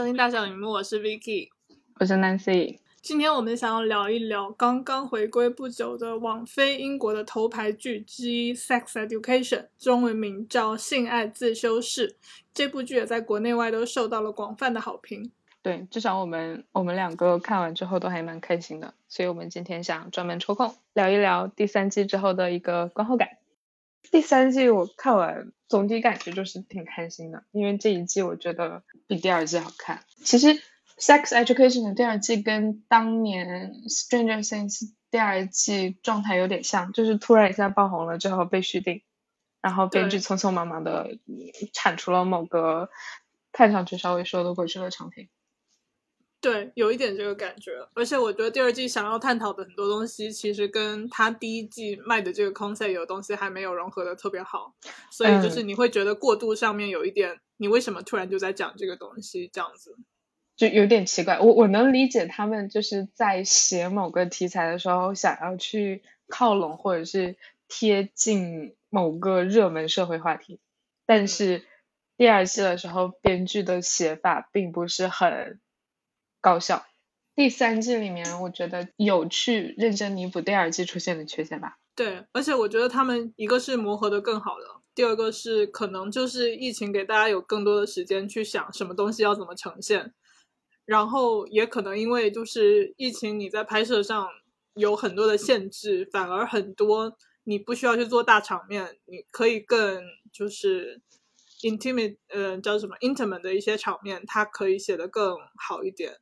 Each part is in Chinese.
听大小荧幕，我是 Vicky， 我是 Nancy。 今天我们想要聊一聊刚刚回归不久的网飞英国的头牌剧之一 Sex Education， 中文名叫性爱自修室。这部剧也在国内外都受到了广泛的好评。 对，至少我们两个看完之后都还蛮开心的，所以我们今天想专门抽空聊一聊第三季之后的一个观后感。第三季我看完总体感觉就是挺开心的，因为这一季我觉得比第二季好看。其实 Sex Education 的第二季跟当年 Stranger Things 第二季状态有点像，就是突然一下爆红了之后被续订，然后编剧匆匆忙忙的产出了某个看上去稍微说得过去的长评。 对，有一点这个感觉，而且我觉得第二季想要探讨的很多东西其实跟他第一季卖的这个 concept 有的东西还没有融合的特别好，所以就是你会觉得过渡上面有一点你为什么突然就在讲这个东西这样子， 就有点奇怪。我能理解他们就是在写某个题材的时候想要去靠拢或者是贴近某个热门社会话题，但是第二季的时候编剧的写法并不是很高效。第三季里面我觉得有去认真弥补第二季出现的缺陷吧。 对，而且我觉得他们一个是磨合的更好了，第二个是可能就是疫情给大家有更多的时间去想什么东西要怎么呈现，然后也可能因为就是疫情你在拍摄上有很多的限制，反而很多你不需要去做大场面，你可以更就是 intimate 叫什么 intimate 的一些场面它可以写得更好一点。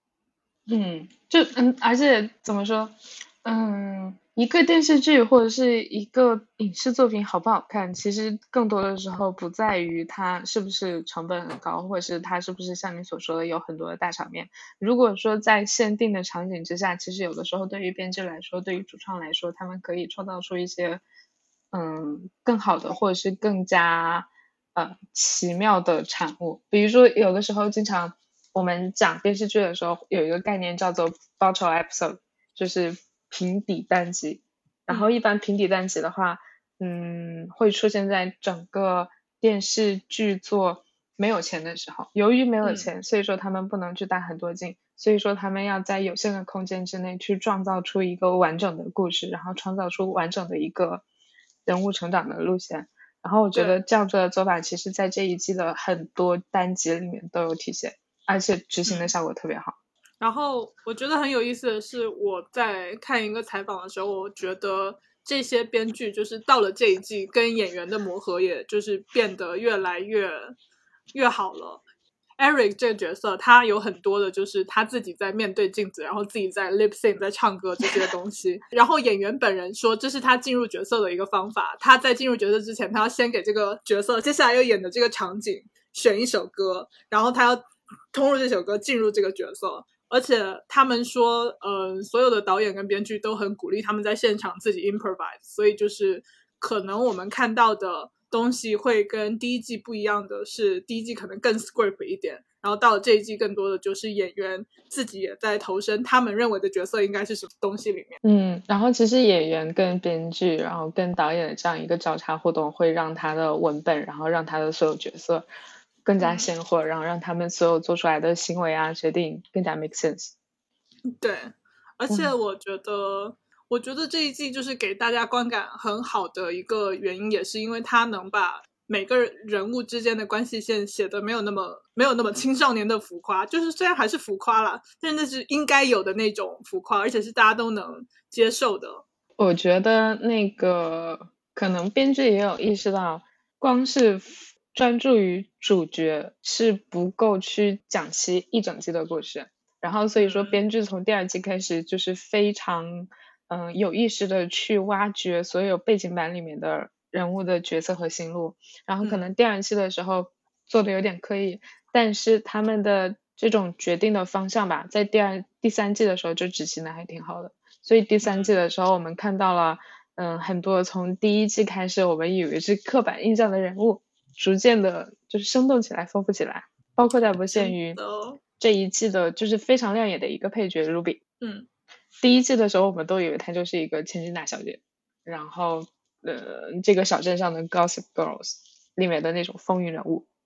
而且怎么说，一个电视剧或者是一个影视作品好不好看，其实更多的时候不在于它是不是成本很高，或者是它是不是像你所说的有很多的大场面。如果说在限定的场景之下，其实有的时候对于编剧来说，对于主创来说，他们可以创造出一些更好的或者是更加奇妙的产物。比如说有的时候经常我们讲电视剧的时候有一个概念叫做 bottle episode， 就是平底单集。然后一般平底单集的话会出现在整个电视剧作没有钱的时候。由于没有钱，所以说他们不能去搭很多镜，所以说他们要在有限的空间之内去创造出一个完整的故事，然后创造出完整的一个人物成长的路线。然后我觉得这样做的做法其实在这一季的很多单集里面都有体现，而且执行的效果特别好。 然后我觉得很有意思的是，我在看一个采访的时候，我觉得这些编剧就是到了这一季跟演员的磨合也就是变得越来越好了。Eric 这个角色他有很多的就是他自己在面对镜子，然后自己在 lip sync 在唱歌这些东西，然后演员本人说这是他进入角色的一个方法，他在进入角色之前他要先给这个角色接下来要演的这个场景选一首歌，然后他要通过这首歌进入这个角色。而且他们说所有的导演跟编剧都很鼓励他们在现场自己 improvise， 所以就是可能我们看到的东西会跟第一季不一样的是，第一季可能更 script 一点，然后到了这一季更多的就是演员自己也在投身他们认为的角色应该是什么东西里面。然后其实演员跟编剧然后跟导演的这样一个交叉互动会让他的文本然后让他的所有角色更加鲜活，然后让他们所有做出来的行为啊决定更加 make sense。 对，而且我觉得这一季就是给大家观感很好的一个原因，也是因为它能把每个人物之间的关系线写得没有那么青少年的浮夸，就是虽然还是浮夸啦，但是那是应该有的那种浮夸，而且是大家都能接受的。 我觉得那个可能编剧也有意识到，光是专注于主角是不够去讲其一整季的故事，然后所以说编剧从第二季开始就是非常有意识的去挖掘所有背景板里面的人物的角色和心路，然后可能第二季的时候做的有点刻意，但是他们的这种决定的方向吧，在第三季的时候就执行的还挺好的。所以第三季的时候我们看到了很多从第一季开始我们以为是刻板印象的人物逐渐的就是生动起来丰富起来，包括在不限于这一季的就是非常亮眼的一个配角 Ruby。第一季的时候我们都以为她就是一个千金大小姐，然后这个小镇上的 Gossip Girls 里面的那种风云人物，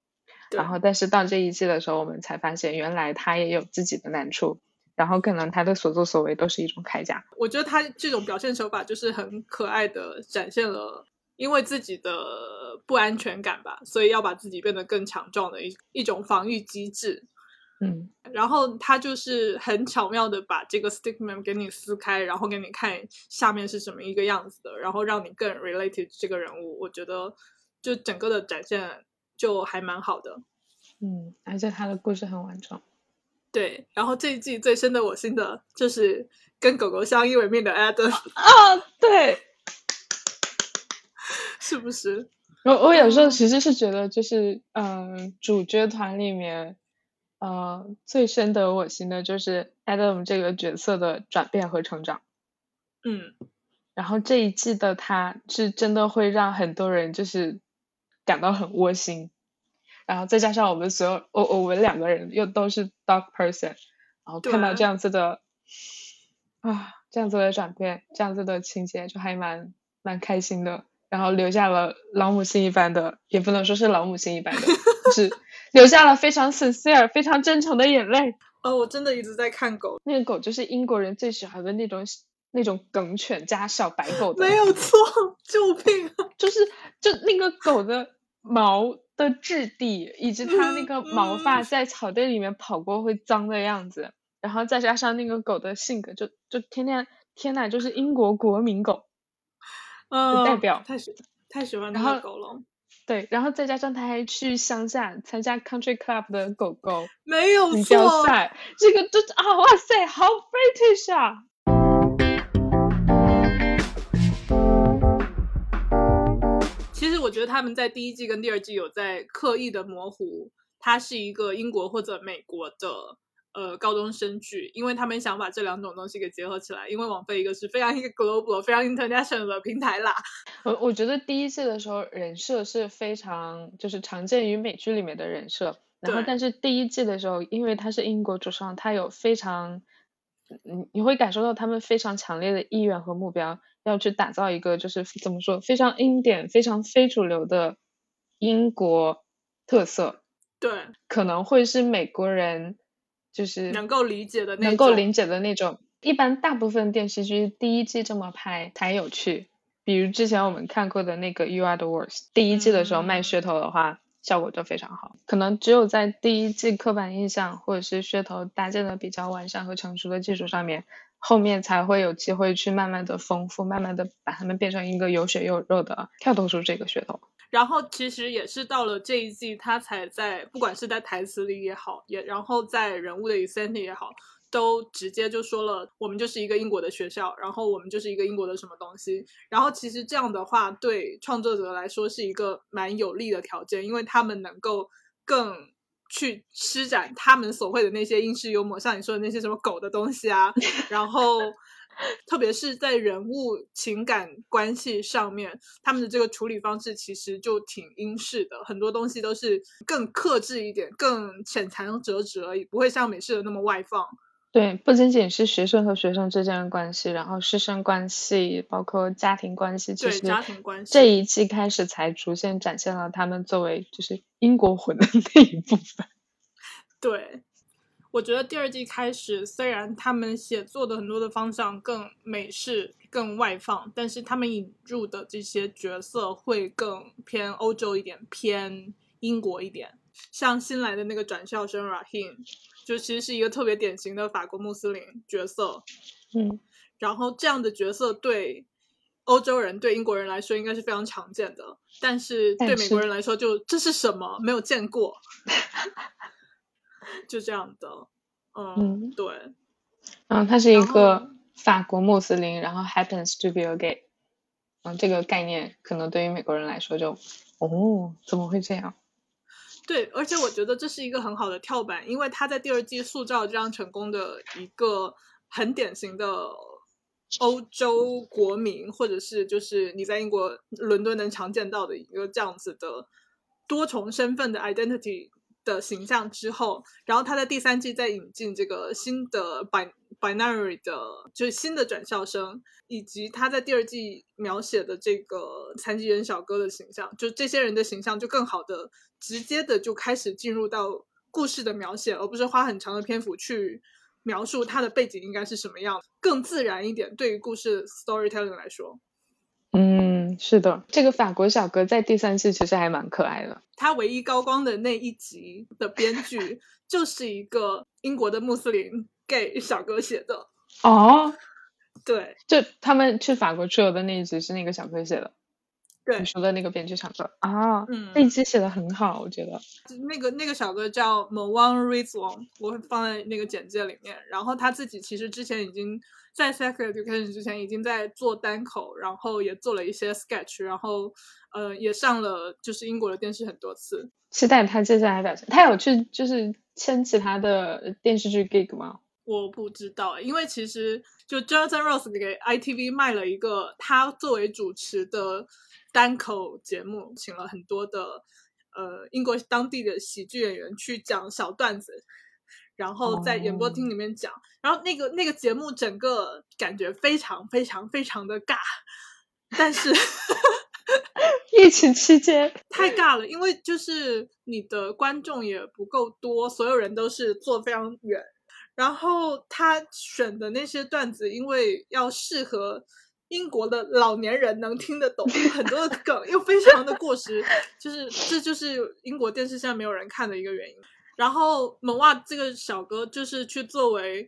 然后但是到这一季的时候我们才发现原来他也有自己的难处，然后可能他的所作所为都是一种铠甲。 我觉得他这种表现手法就是很可爱的展现了因为自己的不安全感吧，所以要把自己变得更强壮的一种防御机制。然后他就是很巧妙的把这个 stigma 给你撕开，然后给你看下面是什么一个样子的，然后让你更 related 这个人物，我觉得就整个的展现就还蛮好的。 而且他的故事很完整。 对，然后这一季最深得我心的就是跟狗狗相依为命的 Adam 对， 是不是？ 我有时候其实是觉得就是主角团里面最深得我心的就是 Adam 这个角色的转变和成长。然后这一季的他是真的会让很多人就是感到很窝心，然后再加上我们两个人又都是 dog person， 然后看到这样子的转变，这样子的情节就还蛮开心的，然后留下了老母亲一般的，也不能说是老母亲一般的就是留下了非常 sincere 非常真诚的眼泪。 我真的一直在看狗， 那个狗就是英国人最喜欢的那种梗犬加小白狗的。 没有错，救命啊！ 就那个狗的毛的质地以及它那个毛发在草地里面跑过会脏的样子，然后再加上那个狗的性格就天哪，就是英国国民狗的代表， 太喜欢那个狗了。 对，然后再加上他还去乡下参加 country club 的狗狗没有比较赛，这个就哇塞好 British 啊。 其实我觉得他们在第一季跟第二季有在刻意的模糊它是一个英国或者美国的高中生剧，因为他们想把这两种东西给结合起来，因为网飞一个是非常一个 global 非常 international 的平台啦。 我觉得第一季的时候人设是非常就是常见于美剧里面的人设，然后但是第一季的时候因为它是英国主创，它有非常你会感受到他们非常强烈的意愿和目标，要去打造一个就是怎么说非常经典非常非主流的英国特色。 对， 可能会是美国人就是能够理解的那种。一般大部分电视剧第一季这么拍才有趣，比如之前我们看过的那个 You Are the Worst， 第一季的时候卖噱头的话效果就非常好，可能只有在第一季刻板印象或者是噱头搭建的比较完善和成熟的基础上面，后面才会有机会去慢慢的丰富，慢慢的把它们变成一个有血有肉的跳脱出这个噱头。 然后其实也是到了这一季他才在不管是在台词里也好，然后在人物的 incentive 也好，都直接就说了我们就是一个英国的学校，然后我们就是一个英国的什么东西。然后其实这样的话对创作者来说是一个蛮有利的条件，因为他们能够更去施展他们所谓的那些英式幽默，像你说的那些什么狗的东西啊，然后特别是在人物情感关系上面，他们的这个处理方式其实就挺英式的，很多东西都是更克制一点，更浅尝辄止而已，不会像美式的那么外放。 对，不仅仅是学生和学生之间的关系，然后师生关系包括家庭关系，其实家庭关系这一季开始才逐渐展现了他们作为就是英国魂的那一部分。 对，我觉得第二季开始虽然他们写作的很多的方向更美式更外放，但是他们引入的这些角色会更偏欧洲一点，偏英国一点。像新来的那个转校生 Rahim 就其实是一个特别典型的法国穆斯林角色，然后这样的角色对欧洲人对英国人来说应该是非常常见的，但是对美国人来说就这是什么没有见过就这样的。对， 他是一个法国穆斯林，然后 happens to be a gay，这个概念可能对于美国人来说就怎么会这样。 对，而且我觉得这是一个很好的跳板，因为他在第二季塑造这样成功的一个很典型的欧洲国民，或者是就是你在英国伦敦能常见到的一个这样子的多重身份的 identity 的形象之后，然后他在第3季再引进这个新的 binary 的，就是新的转校生，以及他在第2季描写的这个残疾人小哥的形象，就这些人的形象就更好的直接的就开始进入到故事的描写，而不是花很长的篇幅去描述他的背景应该是什么样，更自然一点对于故事 storytelling 来说。 是的，这个法国小哥在第3季其实还蛮可爱的。 他唯一高光的那一集的编剧就是一个英国的穆斯林 gay 小哥写的。 哦， 对， 就他们去法国出游的那一集是那个小哥写的。 对， 你说的那个编剧小哥啊，那一集写的很好，我觉得。 那个小哥叫 Mowan Rizwan， 我会放在那个简介里面。然后他自己其实之前已经在 Sex Education 之前已经在做单口，然后也做了一些 sketch， 然后也上了就是英国的电视很多次。 期待他接下来表现。他有去就是签其他的电视剧 gig 吗？ 我不知道，因为其实就 Jonathan Ross 给 ITV 卖了一个他作为主持的单口节目，请了很多的英国当地的喜剧演员去讲小段子，然后在演播厅里面讲，然后那个节目整个感觉非常非常非常的尬，但是疫情期间太尬了，因为就是你的观众也不够多，所有人都是坐非常远，然后他选的那些段子因为要适合英国的老年人能听得懂，很多的梗又非常的过时，这就是英国电视现在没有人看的一个原因。然后蒙瓦这个小哥就是去作为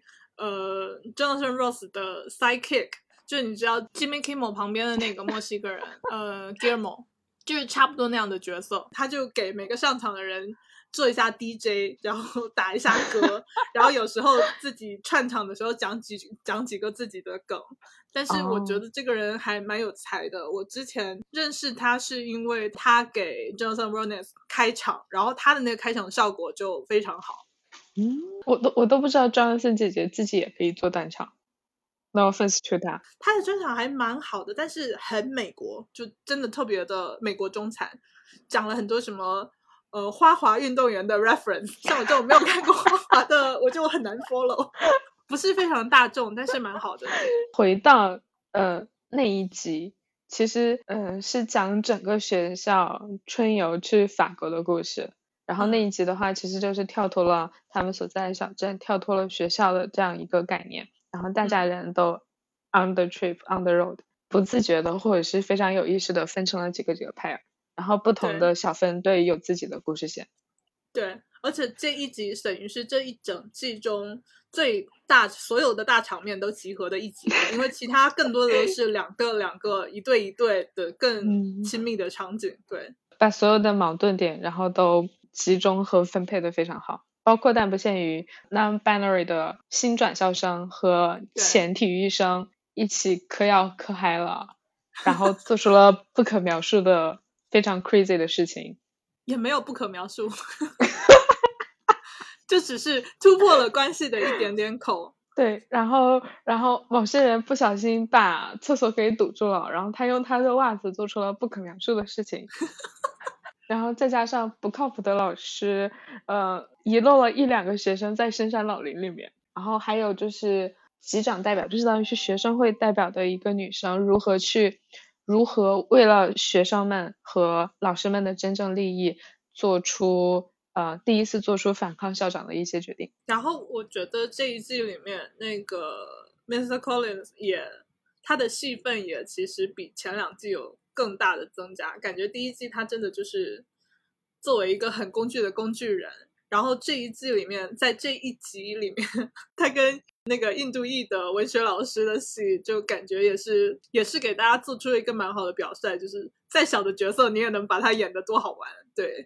Jonathan Ross 的 sidekick， 就是你知道 Jimmy Kimmel 旁边的那个墨西哥人Guillermo， 就是差不多那样的角色，他就给每个上场的人做一下 DJ， 然后打一下歌，然后有时候自己串场的时候讲几个自己的梗。但是我觉得这个人还蛮有才的，我之前认识他是因为他给 Jonathan Rollins 开场，然后他的那个开场效果就非常好。 我都不知道 Jonathan 姐姐自己也可以做单场。No offense to 他的专场还蛮好的，但是很美国，就真的特别的美国中产，讲了很多什么花滑运动员的 reference， 像我这种没有看过花滑的，我就很难 follow， 不是非常大众，但是蛮好的。 回到那一集，其实是讲整个学校春游去法国的故事。然后那一集的话，其实就是跳脱了他们所在的小镇，跳脱了学校的这样一个概念。然后大家人都 on the trip on the road， 不自觉的或者是非常有意识的分成了几个派，然后不同的小分队有自己的故事线。 对，而且这一集等于是这一整季中所有的大场面都集合的一集，因为其他更多的都是两个一对一对的更亲密的场景。对， 把所有的矛盾点然后都集中和分配的非常好，包括但不限于 non-binary 的新转校生和前体育生一起嗑药嗑嗨了，然后做出了不可描述的非常 crazy 的事情。 也没有不可描述就只是突破了关系的一点点口。 对，然后某些人不小心把厕所给堵住了，然后他用他的袜子做出了不可描述的事情然后再加上不靠谱的老师遗漏了1-2个学生在深山老林里面，然后还有就是级长代表，就相当于是学生会代表的一个女生如何为了学生们和老师们的真正利益做出第一次做出反抗校长的一些决定。 然后我觉得这一季里面那个 Mr. Collins 他的戏份也其实比前2季有更大的增加，感觉第1季他真的就是作为一个很工具的工具人，然后这一季里面在这一集里面他跟那个印度裔的文学老师的戏就感觉也是给大家做出了一个蛮好的表率，就是再小的角色你也能把他演得多好玩。对，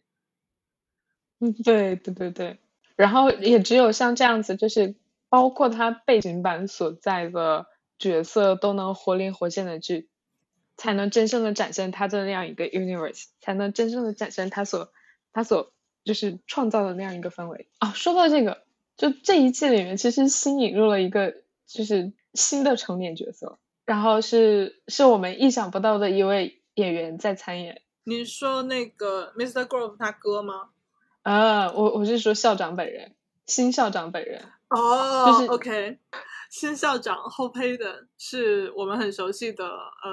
对，然后也只有像这样子，就是包括他背景板所在的角色都能活灵活现的剧，才能真正的展现他的那样一个 universe， 才能真正的展现他所就是创造的那样一个氛围。说到这个，就这一季里面其实新引入了一个就是新的成年角色，然后是我们意想不到的一位演员在参演。 你说那个 Mr. Grove 他哥吗？ 我是说校长本人，新校长本人， 哦、 就是 OK，新校长后胚的是我们很熟悉的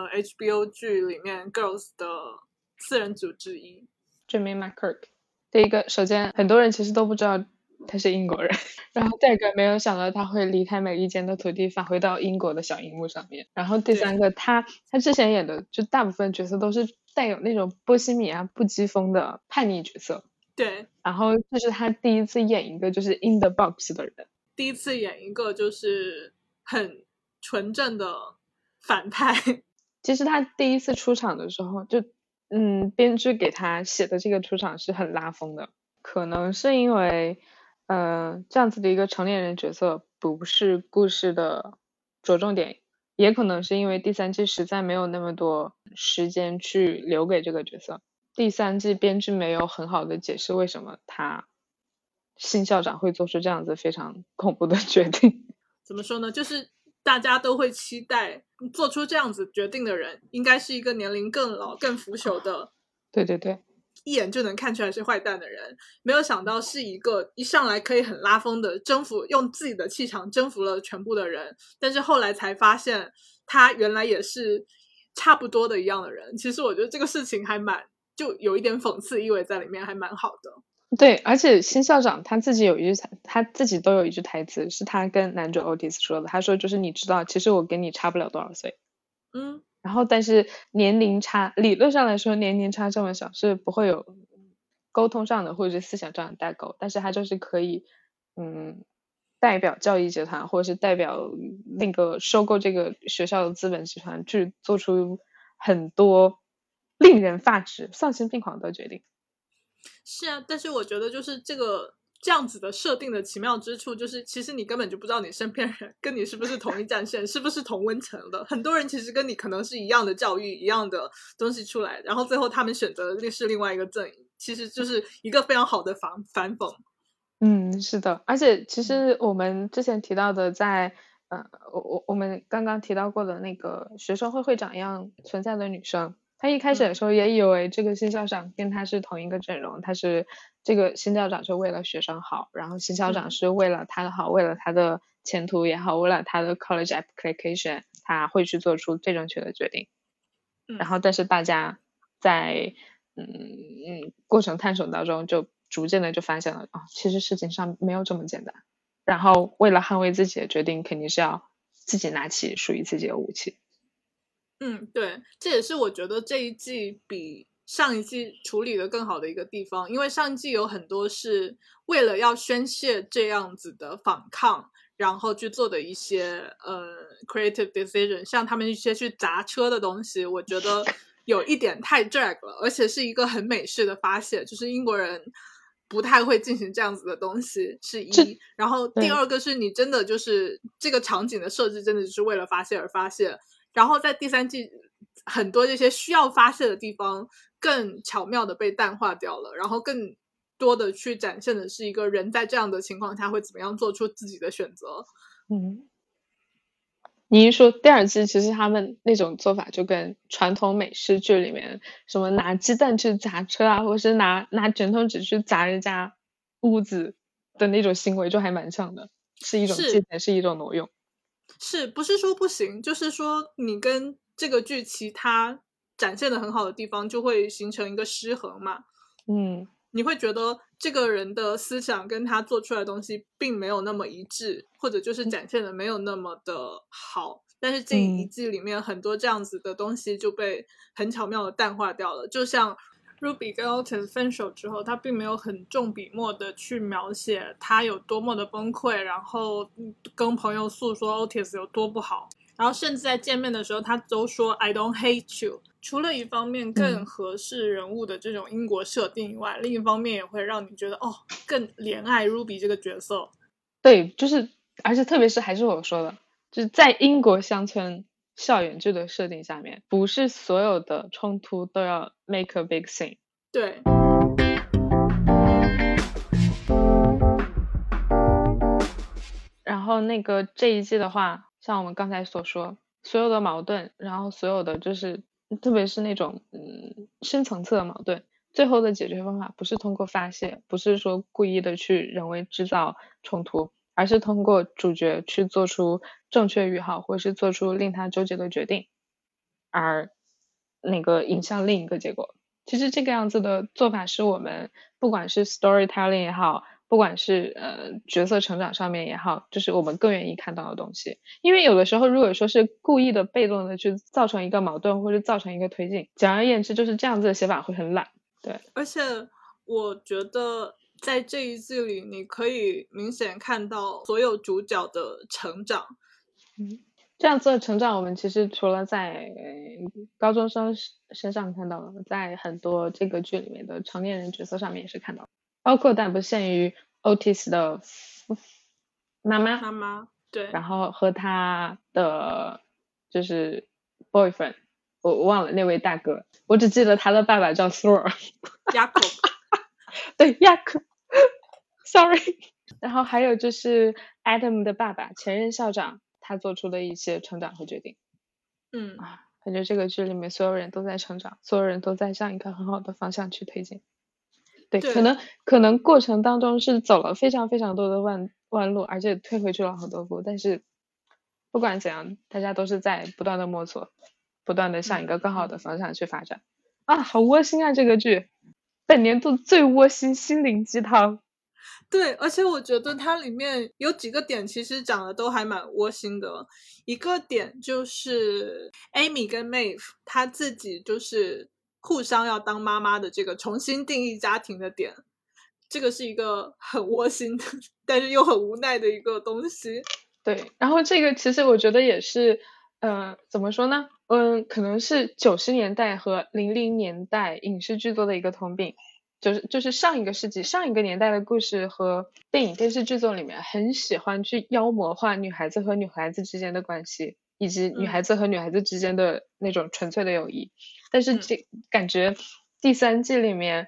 HBO 剧里面 Girls 的四人组之一。 Jamie McKirk。第一个，首先很多人其实都不知道他是英国人，然后第二个没有想到他会离开美利坚的土地返回到英国的小荧幕上面，然后第三个他之前演的就大部分角色都是带有那种波西米亚不羁风的叛逆角色， 对， 然后这是他第一次演一个就是 in the box 的人， 第一次演一个就是很纯正的反派。 其实他第一次出场的时候就编剧给他写的这个出场是很拉风的，可能是因为这样子的一个成年人角色不是故事的着重点，也可能是因为第三季实在没有那么多时间去留给这个角色，第三季编剧没有很好的解释为什么他新校长会做出这样子非常恐怖的决定。 怎么说呢？就是大家都会期待做出这样子决定的人，应该是一个年龄更老、更腐朽的， 对对对， 一眼就能看出来是坏蛋的人。没有想到是一个一上来可以很拉风的征服，用自己的气场征服了全部的人，但是后来才发现他原来也是差不多的一样的人。其实我觉得这个事情还蛮，就有一点讽刺意味在里面，还蛮好的。 对，而且新校长他自己都有一句台词，是他跟男主 Otis 说的，他说就是你知道，其实我跟你差不了多少岁，然后但是年龄差，理论上来说年龄差这么小是不会有沟通上的或者是思想上的代沟，但是他就是可以代表教育集团或者是代表那个收购这个学校的资本集团去做出很多令人发指、丧心病狂的决定。 是啊，但是我觉得就是这样子的设定的奇妙之处，就是其实你根本就不知道你身边人跟你是不是同一战线，是不是同温层的。很多人其实跟你可能是一样的教育、一样的东西出来，然后最后他们选择的是另外一个阵营，其实就是一个非常好的反讽。 是的，而且其实我们之前提到的在，我们刚刚提到过的那个学生会会长一样存在的女生，她一开始的时候也以为这个新校长跟她是同一个阵容，她是这个新校长是为了学生好，然后新校长是为了她的好，为了她的前途也好，为了她的 college application，她会去做出最正确的决定。然后但是大家在过程探索当中就逐渐的就发现了其实事情上没有这么简单，然后为了捍卫自己的决定肯定是要自己拿起属于自己的武器。 对，这也是我觉得这一季比上一季处理的更好的一个地方，因为上一季有很多是为了要宣泄这样子的反抗，然后去做的一些creative decision， 像他们一些去砸车的东西，我觉得有一点太 drag 了，而且是一个很美式的发泄，就是英国人不太会进行这样子的东西，是一。然后第二个是你真的就是这个场景的设置真的就是为了发泄而发泄，然后在第三季很多这些需要发泄的地方更巧妙的被淡化掉了，然后更多的去展现的是一个人在这样的情况下会怎么样做出自己的选择。 你一说第二季，其实他们那种做法就跟传统美式剧里面什么拿鸡蛋去砸车啊，或是拿卷筒纸去砸人家屋子的那种行为就还蛮像的，是一种借钱，是一种挪用。 是不是说不行，就是说你跟这个剧其他展现的很好的地方就会形成一个失衡嘛。你会觉得这个人的思想跟他做出来的东西并没有那么一致，或者就是展现的没有那么的好，但是这一季里面很多这样子的东西就被很巧妙的淡化掉了。就像 Ruby 跟 Otis 分手之后，他并没有很重笔墨的去描写他有多么的崩溃，然后跟朋友诉说 Otis 有多不好，然后甚至在见面的时候他都说 I don't hate you。除了一方面更合适人物的这种英国设定以外，另一方面也会让你觉得更怜爱 Ruby 这个角色。 对，就是而且特别是还是我说的，就是在英国乡村校园剧的设定下面，不是所有的冲突都要 make a big scene。 对。 然后那个这一季的话，像我们刚才所说，所有的矛盾，然后所有的就是特别是那种深层次的矛盾， 最后的解决方法不是通过发泄，不是说故意的去人为制造冲突，而是通过主角去做出正确与好，或是做出令他纠结的决定，而那个引向另一个结果。其实这个样子的做法是我们不管是 storytelling 也好，不管是角色成长上面也好，就是我们更愿意看到的东西。因为有的时候如果说是故意的被动的去造成一个矛盾或者造成一个推进，简而言之就是这样子的写法会很懒。对， 而且我觉得在这一季里你可以明显看到所有主角的成长。 这样子的成长我们其实除了在高中生身上看到了，在很多这个剧里面的成年人角色上面也是看到，包括但不限于 Otis 的妈妈， 对， 然后和他的就是 boyfriend， 我忘了那位大哥，我只记得他的爸爸叫 Thor Jacob 对 Jacob sorry 然后还有就是 Adam 的爸爸前任校长，他做出的一些成长和决定。感觉这个剧里面所有人都在成长，所有人都在向一个很好的方向去推进。对，可能过程当中是走了非常非常多的弯路，而且退回去了很多步，但是不管怎样，大家都是在不断的摸索，不断的向一个更好的方向去发展。好窝心啊这个剧，本年度最窝心心灵鸡汤。 对，而且我觉得它里面有几个点其实讲的都还蛮窝心的。一个点就是 Amy 跟 Maeve 她自己就是互相要当妈妈的这个重新定义家庭的点，这个是一个很窝心的但是又很无奈的一个东西。 对，然后这个其实我觉得也是怎么说呢，可能是90年代和00年代影视剧作的一个通病，就是上一个世纪上一个年代的故事和电影电视剧作里面很喜欢去妖魔化女孩子和女孩子之间的关系，以及女孩子和女孩子之间的那种纯粹的友谊。但是感觉第3季里面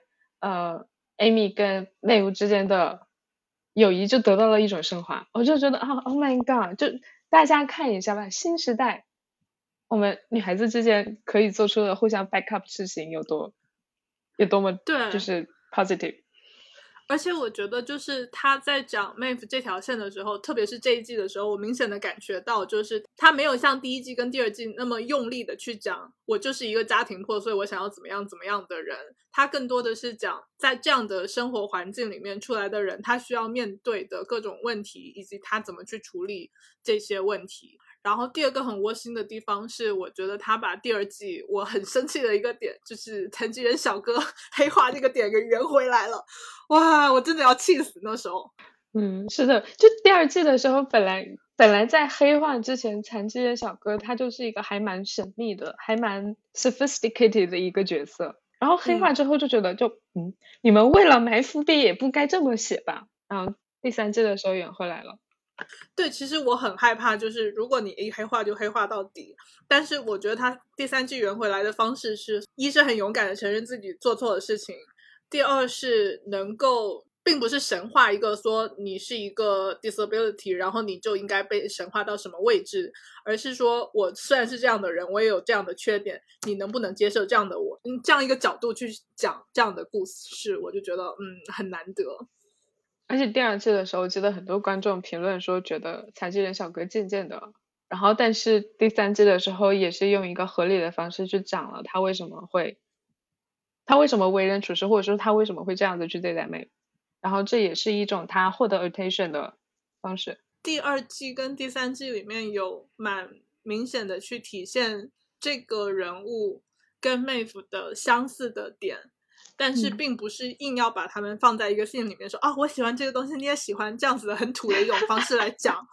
Amy 跟Maeve之间的友谊就得到了一种升华。我就觉得Oh my god， 就大家看一下吧，新时代我们女孩子之间可以做出的互相 back up 事情有多么就是 positive。 而且我觉得就是他在讲 Maeve 这条线的时候，特别是这一季的时候，我明显的感觉到就是他没有像第1季跟第2季那么用力的去讲我就是一个家庭破碎我想要怎么样怎么样的人，他更多的是讲在这样的生活环境里面出来的人他需要面对的各种问题，以及他怎么去处理这些问题。然后第二个很窝心的地方是，我觉得他把第2季我很生气的一个点，就是残疾人小哥黑化这个点给圆回来了。哇，我真的要气死那时候。 是的，就第2季的时候本来在黑化之前，残疾人小哥他就是一个还蛮神秘的还蛮 sophisticated 的一个角色，然后黑化之后就觉得你们为了埋伏笔也不该这么写吧。然后第3季的时候圆回来了。 对，其实我很害怕就是如果你一黑化就黑化到底，但是我觉得他第3季圆回来的方式是，一是很勇敢的承认自己做错的事情，第二是能够并不是神化一个说你是一个 disability 然后你就应该被神化到什么位置，而是说我虽然是这样的人我也有这样的缺点，你能不能接受这样的我，这样一个角度去讲这样的故事，我就觉得很难得。 而且第2季的时候我记得很多观众评论说觉得残疾人小哥渐渐的，然后但是第3季的时候也是用一个合理的方式去讲了他为什么为人处事，或者说他为什么会这样子去对待妹，然后这也是一种他获得 attention 的方式。 第2季跟第3季里面有蛮明显的去体现这个人物跟Maeve的相似的点，但是并不是硬要把他们放在一个 scene 里面说我喜欢这个东西你也喜欢，这样子的很土的一种方式来讲。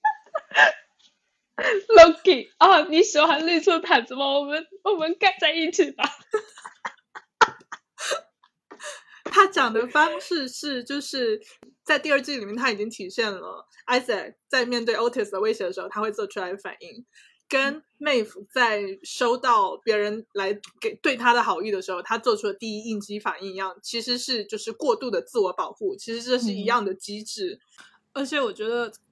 Loki 你喜欢绿色毯子吗？我们盖在一起吧。 他讲的方式是就是在第2季里面他已经体现了 Isaac 在面对 Otis 的威胁的时候他会做出来的反应，跟 Maeve 在收到别人来对他的好意的时候他做出的第一应激反应一样，其实是就是过度的自我保护，其实这是一样的机制。而且我觉得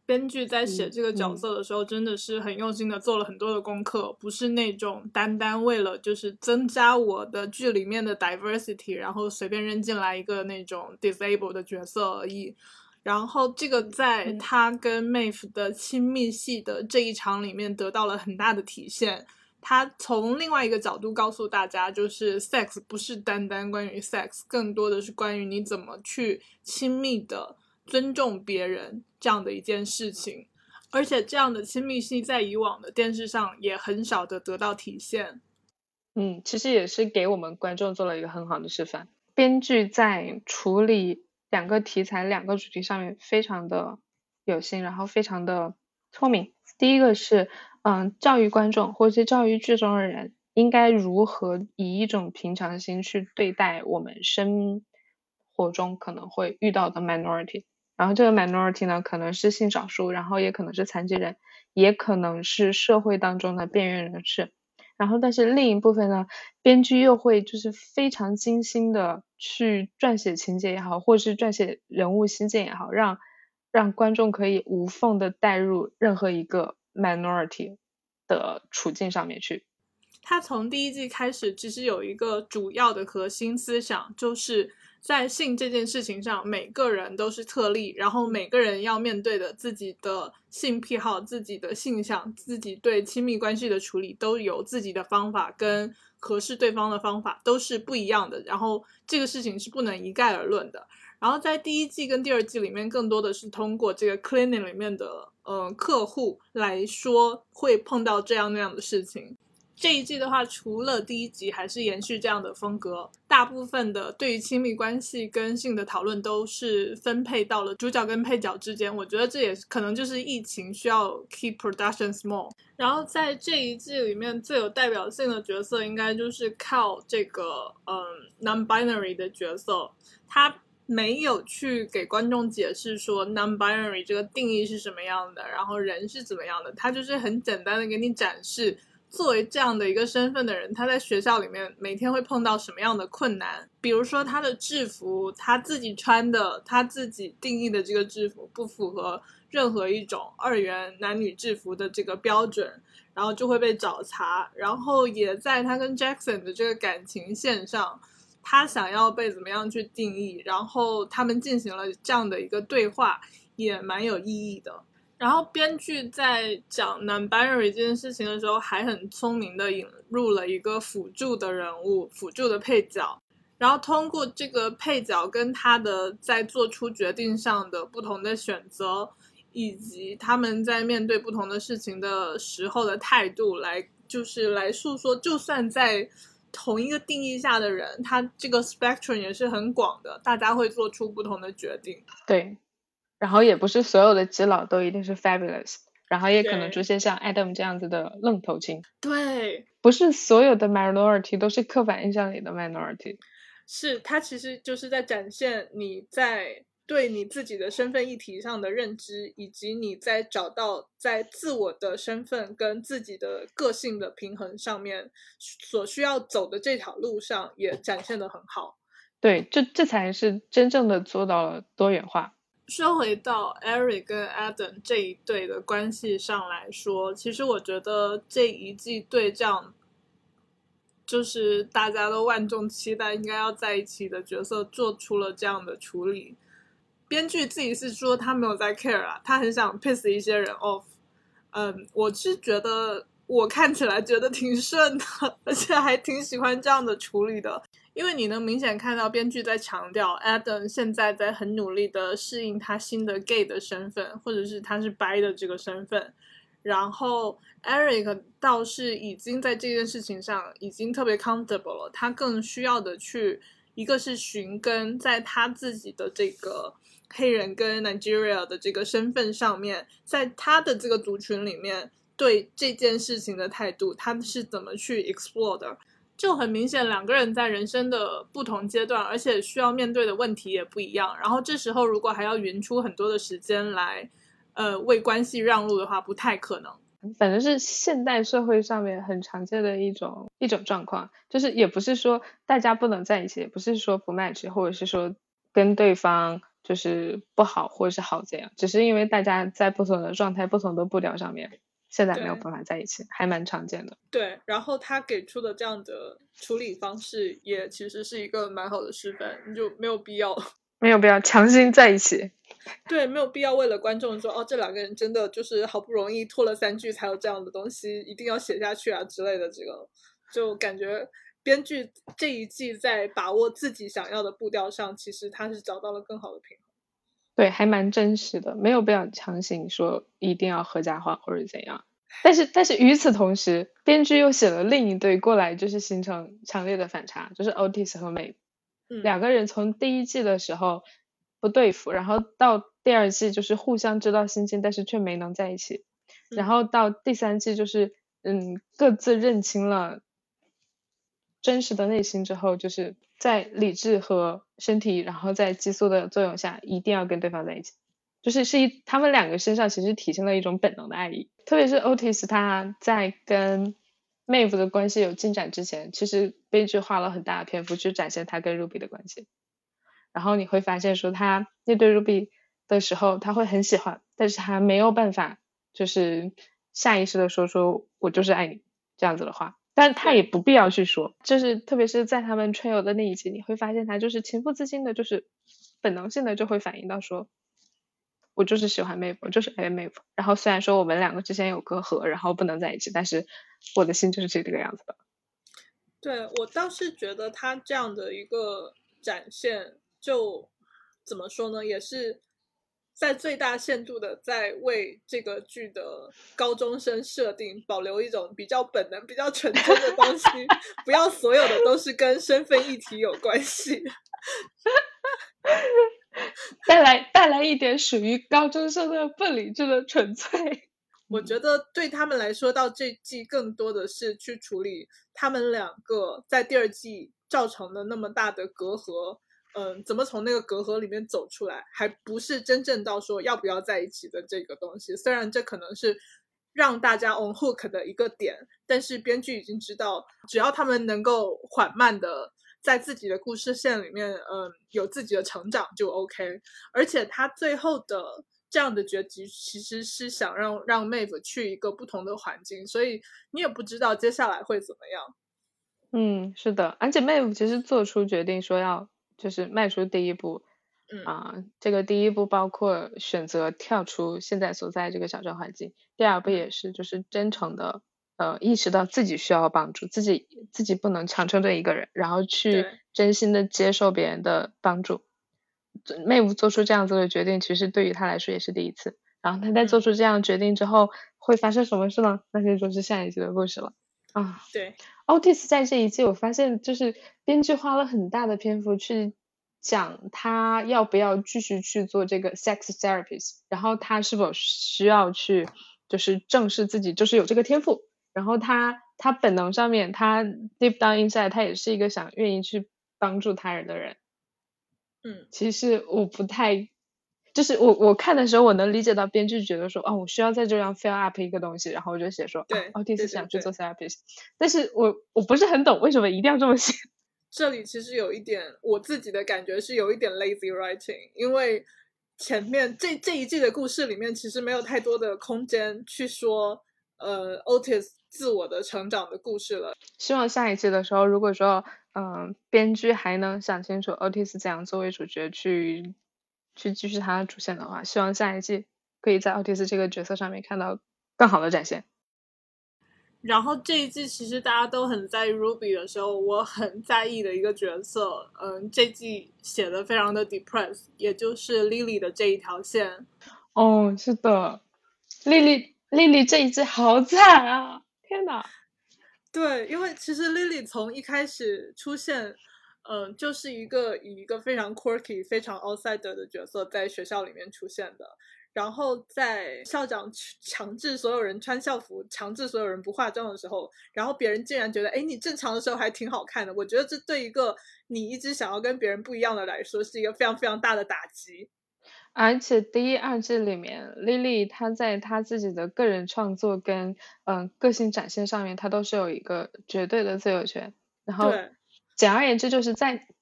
编剧在写这个角色的时候真的是很用心的做了很多的功课，不是那种单单为了就是增加我的剧里面的 diversity 然后随便扔进来一个那种 disabled 的角色而已。然后这个在他跟 Maeve 的亲密戏的这一场里面得到了很大的体现。他从另外一个角度告诉大家，就是 sex 不是单单关于 sex， 更多的是关于你怎么去亲密的尊重别人这样的一件事情。而且这样的亲密戏在以往的电视上也很少的得到体现。 其实也是给我们观众做了一个很好的示范。编剧在处理两个题材两个主题上面非常的有心，然后非常的聪明。第一个是教育观众或者是教育剧中的人应该如何以一种平常心去对待我们生活中可能会遇到的 minority， 然后这个 minority 呢可能是性少数，然后也可能是残疾人，也可能是社会当中的边缘人士。然后但是另一部分呢，编剧又会就是非常精心的去撰写情节也好，或是撰写人物心境也好，让观众可以无缝的带入任何一个 minority 的处境上面去。 他从第一季开始其实有一个主要的核心思想，就是在性这件事情上每个人都是特例，然后每个人要面对的自己的性癖好、自己的性向、自己对亲密关系的处理都有自己的方法，跟合适对方的方法都是不一样的，然后这个事情是不能一概而论的。然后在第一季跟第二季里面更多的是通过这个 clinic 里面的客户来说会碰到这样那样的事情。这一季的话，除了第一集还是延续这样的风格，大部分的对于亲密关系跟性的讨论都是分配到了主角跟配角之间。我觉得这也可能就是疫情需要 keep production small。然后在这一季里面最有代表性的角色应该就是靠这个non-binary 的角色，他没有去给观众解释说 non-binary 这个定义是什么样的，然后人是怎么样的，他就是很简单的给你展示作为这样的一个身份的人，他在学校里面每天会碰到什么样的困难。比如说他的制服，他自己穿的，他自己定义的这个制服不符合任何一种二元男女制服的这个标准，然后就会被找茬。然后也在他跟 Jackson 的这个感情线上，他想要被怎么样去定义，然后他们进行了这样的一个对话，也蛮有意义的。然后编剧在讲 non-binary 这件事情的时候还很聪明的引入了一个辅助的人物，辅助的配角，然后通过这个配角跟他的在做出决定上的不同的选择，以及他们在面对不同的事情的时候的态度，来诉说就算在同一个定义下的人，他这个 spectrum 也是很广的，大家会做出不同的决定。 对，然后也不是所有的基佬都一定是 fabulous， 然后也可能出现像 Adam 这样子的愣头青。 对， 不是所有的 minority 都是刻板印象里的 minority。 是，它其实就是在展现你在对你自己的身份议题上的认知，以及你在找到在自我的身份跟自己的个性的平衡上面所需要走的这条路上也展现得很好。 对，这才是真正的做到了多元化。 说回到 Eric 跟 Adam 这一对的关系上来说，其实我觉得这一季对这样就是大家都万众期待应该要在一起的角色做出了这样的处理。编剧自己是说他没有在 care 啦，他很想 piss 一些人 off。我是觉得我看起来觉得挺顺的，而且还挺喜欢这样的处理的。因为你能明显看到编剧在强调 Adam 现在在很努力的适应他新的 gay 的身份，或者是他是 bi 的这个身份，然后 Eric 倒是已经在这件事情上已经特别 comfortable 了，他更需要的去一个是寻根在他自己的这个黑人跟 Nigeria 的这个身份上面，在他的这个族群里面对这件事情的态度，他是怎么去 explore 的。就很明显两个人在人生的不同阶段，而且需要面对的问题也不一样，然后这时候如果还要匀出很多的时间来为关系让路的话，不太可能。 反正是现代社会上面很常见的一种状况，就是也不是说大家不能在一起，也不是说不 match，或者是说跟对方就是不好或者是好怎样，只是因为大家在不同的状态、不同的步调上面，现在没有对办法在一起，还蛮常见的。 对，然后他给出的这样的处理方式也其实是一个蛮好的示范，你就没有必要没有必要强行在一起。 对，没有必要为了观众说哦，这两个人真的就是好不容易拖了3句才有这样的东西，一定要写下去啊之类的。这个就感觉编剧这一季在把握自己想要的步调上，其实他是找到了更好的平衡。 对，还蛮真实的，没有必要强行说一定要合家欢或者怎样。但是与此同时，编剧又写了另一对过来，就是形成强烈的反差，就是 Otis 和 Maeve。两个人从第一季的时候不对付，然后到第二季就是互相知道心境，但是却没能在一起。然后到第三季就是各自认清了真实的内心之后，就是在理智和身体，然后在激素的作用下，一定要跟对方在一起。就是他们两个身上其实体现了一种本能的爱意，特别是 Otis 他在跟 Maeve 的关系有进展之前，其实编剧花了很大的篇幅去展现他跟 Ruby 的关系。然后你会发现说他面对 Ruby 的时候，他会很喜欢，但是他没有办法就是下意识的说出我就是爱你这样子的话。但他也不必要去说，就是特别是在他们春游的那一集，你会发现他就是情不自禁的，就是本能性的就会反应到说，我就是喜欢 Maeve， 我就是爱 Maeve。然后虽然说我们两个之间有隔阂，然后不能在一起，但是我的心就是这个样子的。 对，我倒是觉得他这样的一个展现，就怎么说呢，也是在最大限度的在为这个剧的高中生设定保留一种比较本能、比较纯真的东西，不要所有的都是跟身份议题有关系。 带来一点属于高中生的不理智的纯粹。 我觉得对他们来说，到这季更多的是去处理他们两个在第二季造成的那么大的隔阂，怎么从那个隔阂里面走出来，还不是真正到说要不要在一起的这个东西。虽然这可能是让大家 on hook 的一个点，但是编剧已经知道，只要他们能够缓慢的在自己的故事线里面，有自己的成长就 OK。而且他最后的这样的结局其实是想让 Maeve 去一个不同的环境，所以你也不知道接下来会怎么样。 是的，而且 Maeve 其实做出决定说要就是迈出第一步，这个第一步包括选择跳出现在所在这个小镇环境，第二步也是就是真诚的意识到自己需要帮助，自己不能强撑着一个人，然后去真心的接受别人的帮助。Maeve 做出这样子的决定，其实对于他来说也是第一次。然后他在做出这样决定之后，会发生什么事呢？那就就是下一集的故事了。 对 Otis 在这一季我发现就是编剧花了很大的篇幅去讲他要不要继续去做这个 sex therapist， 然后他是否需要去就是正视自己就是有这个天赋，然后他本能上面他 deep down inside 他也是一个想愿意去帮助他人的人。其实我不太就是我看的时候我能理解到编剧觉得说我需要在这样 fill up 一个东西，然后我就写说Otis 想去做 therapist， 但是我不是很懂为什么一定要这么写。 这里其实有一点我自己的感觉是有一点 lazy writing， 因为前面这一季的故事里面其实没有太多的空间去说Otis 自我的成长的故事了。 希望下一季的时候如果说编剧还能想清楚 Otis 怎样作为主角去继续他的主线的话，希望下一季可以在 Otis 这个角色上面看到更好的展现。 然后这一季其实大家都很在意 Ruby 的时候，我很在意的一个角色，这季写的非常的 depressed， 也就是 Lily 的这一条线。 是的，Lily 这一季好惨啊，天哪。 对，因为其实 Lily 从一开始出现就是以一个非常 quirky 非常 outsider 的角色在学校里面出现的，然后在校长强制所有人穿校服，强制所有人不化妆的时候，然后别人竟然觉得你正常的时候还挺好看的。我觉得这对一个你一直想要跟别人不一样的来说是一个非常非常大的打击。 而且第一二季里面 Lily 她在她自己的个人创作跟个性展现上面她都是有一个绝对的自由权，然后简而言之就是在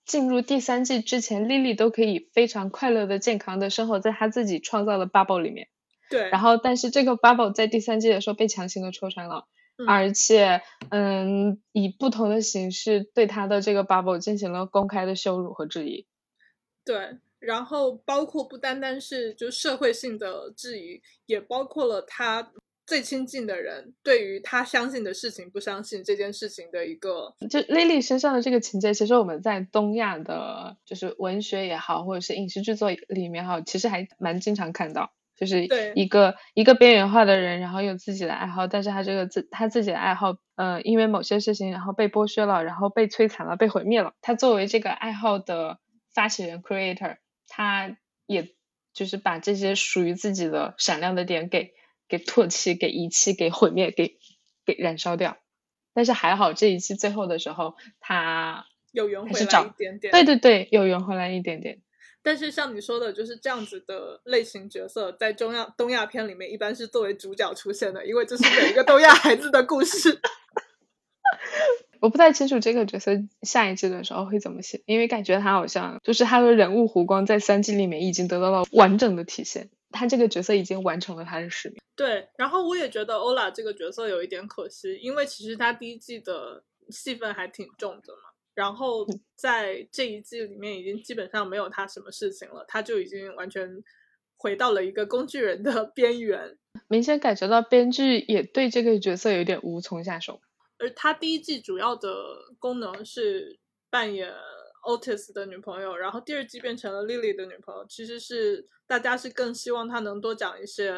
进入第3季之前，Lily 都可以非常快乐的健康的生活在她自己创造的 bubble 里面。 对， 然后但是这个 bubble 在第3季的时候被强行的戳穿了，而且以不同的形式对她的这个 bubble 进行了公开的羞辱和质疑。 对，然后包括不单单是就社会性的质疑，也包括了他最亲近的人对于他相信的事情不相信这件事情的一个。 就 Lily 身上的这个情节，其实我们在东亚的就是文学也好，或者是影视制作里面好，其实还蛮经常看到，就是一个边缘化的人，然后有自己的爱好，但是他自己的爱好因为某些事情然后被剥削了，然后被摧残了，被毁灭了。他作为这个爱好的发起人 creator， 他也就是把这些属于自己的闪亮的点给唾弃，给遗弃，给毁灭，给燃烧掉。但是还好这一期最后的时候他有圆回来一点点。 对对对，有圆回来一点点。 但是像你说的就是这样子的类型角色在东亚片里面一般是作为主角出现的，因为这是每一个东亚孩子的故事。 我不太清楚这个角色下一季的时候会怎么写，因为感觉他好像就是他的人物弧光在3季里面已经得到了完整的体现，他这个角色已经完成了他的使命。 对，然后我也觉得欧拉这个角色有一点可惜，因为其实他第1季的戏份还挺重的嘛，然后在这一季里面已经基本上没有他什么事情了，他就已经完全回到了一个工具人的边缘。 明显感觉到编剧也对这个角色有点无从下手。 而他第1季主要的功能是扮演 Otis 的女朋友，然后第2季变成了 Lily 的女朋友，其实是大家是更希望他能多讲一些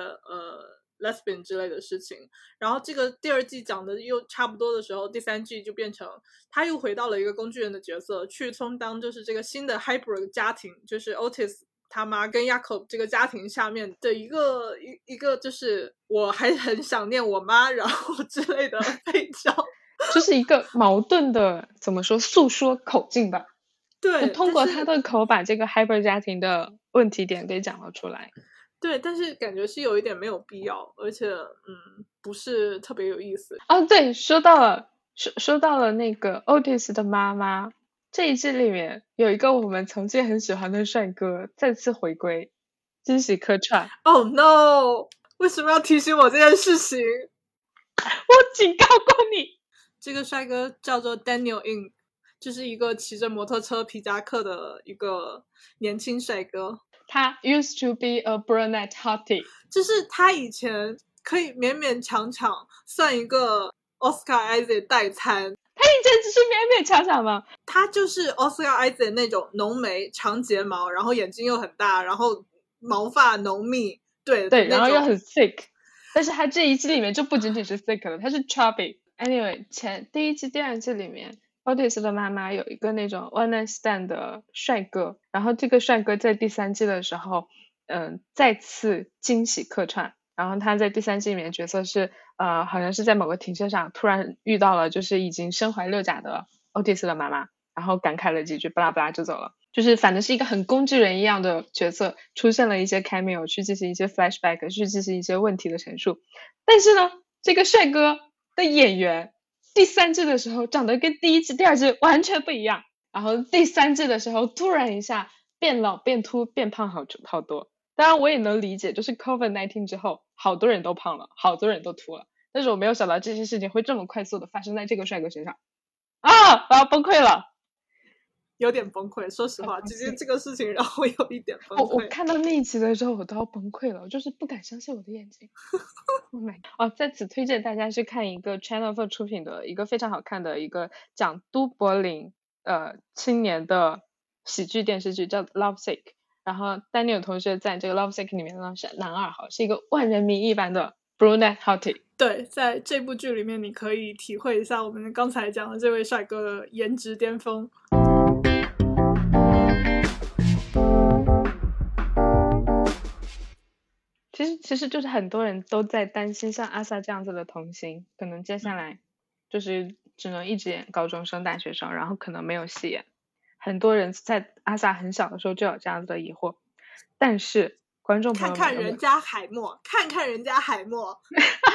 lesbian 之类的事情，然后这个第2季讲的又差不多的时候，第3季就变成他又回到了一个工具人的角色，去充当就是这个新的 hybrid 家庭，就是 Otis 他妈跟 Jacob 这个家庭下面的一个就是我还很想念我妈然后之类的配角。 就是一个矛盾的怎么说诉说口径吧。 对， 通过他的口把这个 hybrid 家庭的问题点给讲了出来。 对，但是感觉是有一点没有必要，而且不是特别有意思。 对，说到了那个 Otis 的妈妈，这一季里面有一个我们曾经很喜欢的帅哥再次回归，惊喜客串。 Oh no！ 为什么要提醒我这件事情？ 我警告过你。 这个帅哥叫做 Daniel Ing， 就是一个骑着摩托车皮夹克的一个年轻帅哥。 他 used to be a brunette hottie， 就是他以前可以勉勉强强算一个 Oscar Isaac 代餐。 他以前只是勉勉强强吗？ 他就是 Oscar Isaac 那种浓眉长睫毛，然后眼睛又很大，然后毛发浓密，对， 然后又很 thick。 但是他这一季里面就不仅仅是 thick 了，他是 chubby。 Anyway， 第1季第2季里面Otis 的妈妈有一个那种 one night stand 的帅哥，然后这个帅哥在第3季的时候再次惊喜客串，然后他在第3季里面角色是好像是在某个停车场突然遇到了就是已经身怀6甲的 Otis 的妈妈，然后感慨了几句巴拉巴拉就走了，就是反正是一个很工具人一样的角色，出现了一些 cameo 去进行一些 flashback 去进行一些问题的陈述。但是呢这个帅哥的演员第3季的时候长得跟第1季第2季完全不一样，然后第3季的时候突然一下变老变秃变胖好多。当然我也能理解，就是 COVID-19 之后好多人都胖了，好多人都秃了，但是我没有想到这些事情会这么快速的发生在这个帅哥身上我要崩溃了。 有点崩溃，说实话，直接这个事情让我有一点崩溃。 我看到那一集的时候我都要崩溃了，我就是不敢相信我的眼睛。Oh my God！ 在此推荐大家去看一个 Channel 4出品的一个非常好看的一个讲都柏林青年的喜剧电视剧，叫 Lovesick。 然后 Daniel 同学在这个 Lovesick 里面呢是男2号，是一个万人迷一般的 brunette hottie。 对，在这部剧里面你可以体会一下我们刚才讲的这位帅哥的颜值巅峰。 其实就是很多人都在担心像阿萨这样子的童星可能接下来就是只能一直演高中生大学生，然后可能没有戏演。很多人在阿萨很小的时候就有这样子的疑惑，但是观众朋友们看看人家海默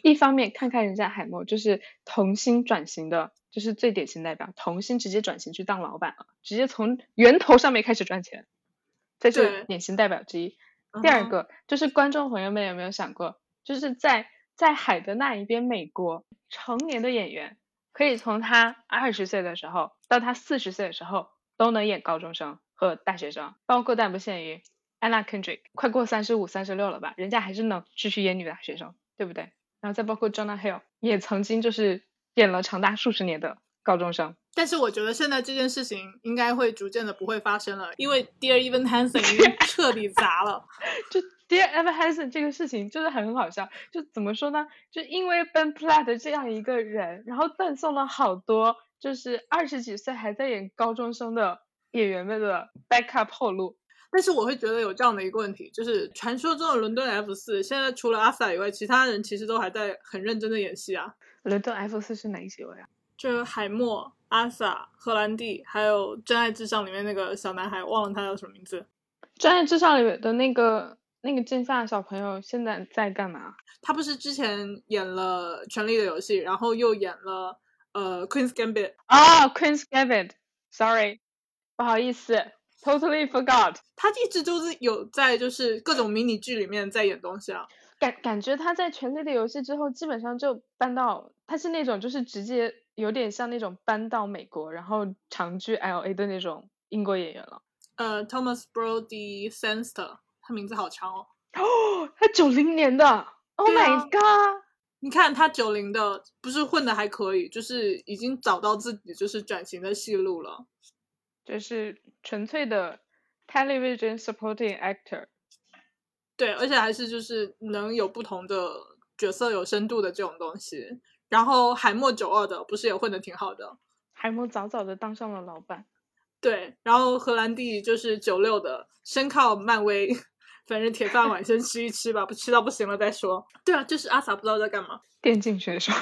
一方面看看人家海默就是童星转型的，就是最典型代表，童星直接转型去当老板了，直接从源头上面开始赚钱，这是典型代表之一。第二个就是观众朋友们有没有想过，就是在海的那一边，美国成年的演员可以从他20岁的时候到他40岁的时候都能演高中生和大学生，包括但不限于Anna Kendrick， 快过35、36了吧，人家还是能继续演女大学生，对不对？然后再包括 Jonah Hill 也曾经就是演了长达数十年的高中生。 但是我觉得现在这件事情应该会逐渐的不会发生了，因为 Dear Evan Hansen 已经彻底砸了。 就 Dear Evan Hansen 这个事情就是很好笑，就怎么说呢？就因为 Ben Platt 这样一个人，然后赠送了好多就是20几岁还在演高中生的演员们的 backup 后路。 但是我会觉得有这样的一个问题，就是传说中的伦敦 F4 现在除了阿萨以外，其他人其实都还在很认真的演戏啊。 伦敦 F4 是哪几位啊？ 就海默、阿萨、荷兰弟，还有《真爱至上》里面那个小男孩，忘了他叫什么名字。《 真爱至上》里面的那个金发小朋友现在在干嘛？ 他不是之前演了《权力的游戏》，然后又演了Queen's Gambit。 Queen's Gambit，sorry， 不好意思 ，totally forgot。 他一直都是有在就是各种迷你剧里面在演东西啊。 感觉他在《权力的游戏》之后，基本上就搬到，他是那种就是直接有点像那种搬到美国，然后长居 LA 的那种英国演员了。 Thomas Brody Sangster， 他名字好长哦。 他90年的 ，Oh my god！ 你看他90的，不是混的还可以，就是已经找到自己就是转型的戏路了， 就是纯粹的 television supporting actor。 对，而且还是就是能有不同的角色有深度的这种东西。然后海默92的不是也混得挺好的， 海默早早的当上了老板。 对，然后荷兰弟就是96的，深靠漫威，反正铁饭碗先吃一吃吧，不吃到不行了再说。对啊，就是阿萨不知道在干嘛， 电竞选手。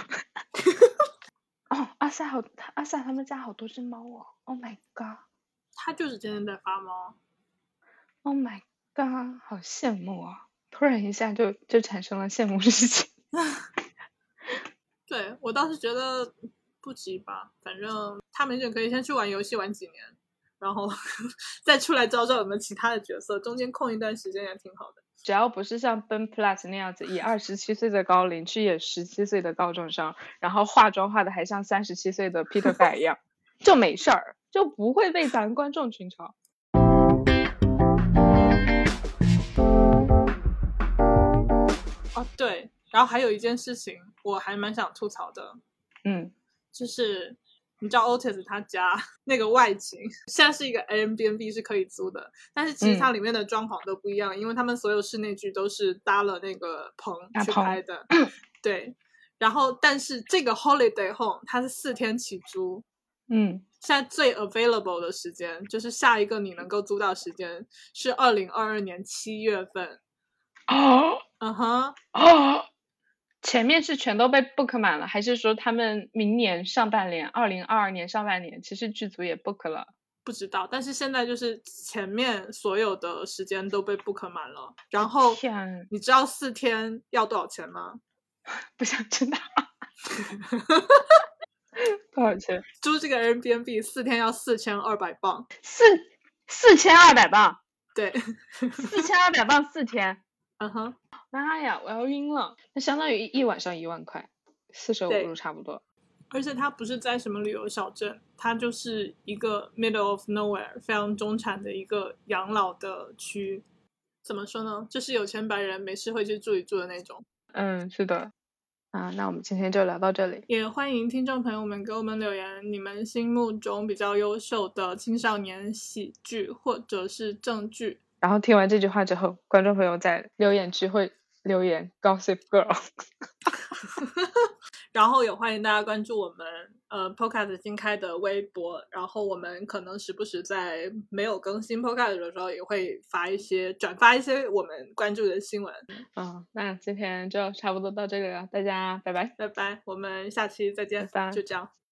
阿萨他们家好多只猫哦 ，Oh my god！ 他就是天天在发猫 ，Oh my god， 好羡慕啊！突然一下就产生了羡慕之情。 对，我倒是觉得不急吧，反正他没准可以先去玩游戏玩几年，然后再出来招有没有其他的角色，中间空一段时间也挺好的。 只要不是像 Ben Platt 那样子以27岁的高龄去演17岁的高中生，然后化妆化的还像37岁的 Peter Guy 一样，就没事儿，就不会被咱观众群嘲。 哦，对，然后还有一件事情我还蛮想吐槽的，就是你知道 Otis 他家那个外景现在是一个 Airbnb 是可以租的，但是其实它里面的装潢都不一样，因为他们所有室内剧都是搭了那个棚去拍的。对，然后但是这个 Holiday Home 它是4天起租，现在最 available 的时间就是下一个你能够租到时间是2022年7月份。 前面是全都被 book 满了，还是说他们明年上半年2022年上半年其实剧组也 book 了？ 不知道，但是现在就是前面所有的时间都被 book 满了。然后你知道4天要多少钱吗？ 不想知道。多少钱？ 租这个 Airbnb 4天要4200镑。 4200镑？ 对 ，4200镑4天。 妈呀，我要晕了！那相当于一晚上1万块，45路差不多。 而且它不是在什么旅游小镇，它就是一个 middle of nowhere 非常中产的一个养老的区。怎么说呢，就是有钱白人没事会去住一住的那种。 是的。那我们今天就聊到这里， 也欢迎听众朋友们给我们留言你们心目中比较优秀的青少年喜剧或者是正剧。 然后听完这句话之后，观众朋友在留言区会留言 Gossip Girl。 然后也欢迎大家关注我们Podcast 新开的微博，然后我们可能时不时在没有更新 Podcast 的时候也会转发一些我们关注的新闻。 那今天就差不多到这里了，大家拜拜。 拜拜，我们下期再见，就这样。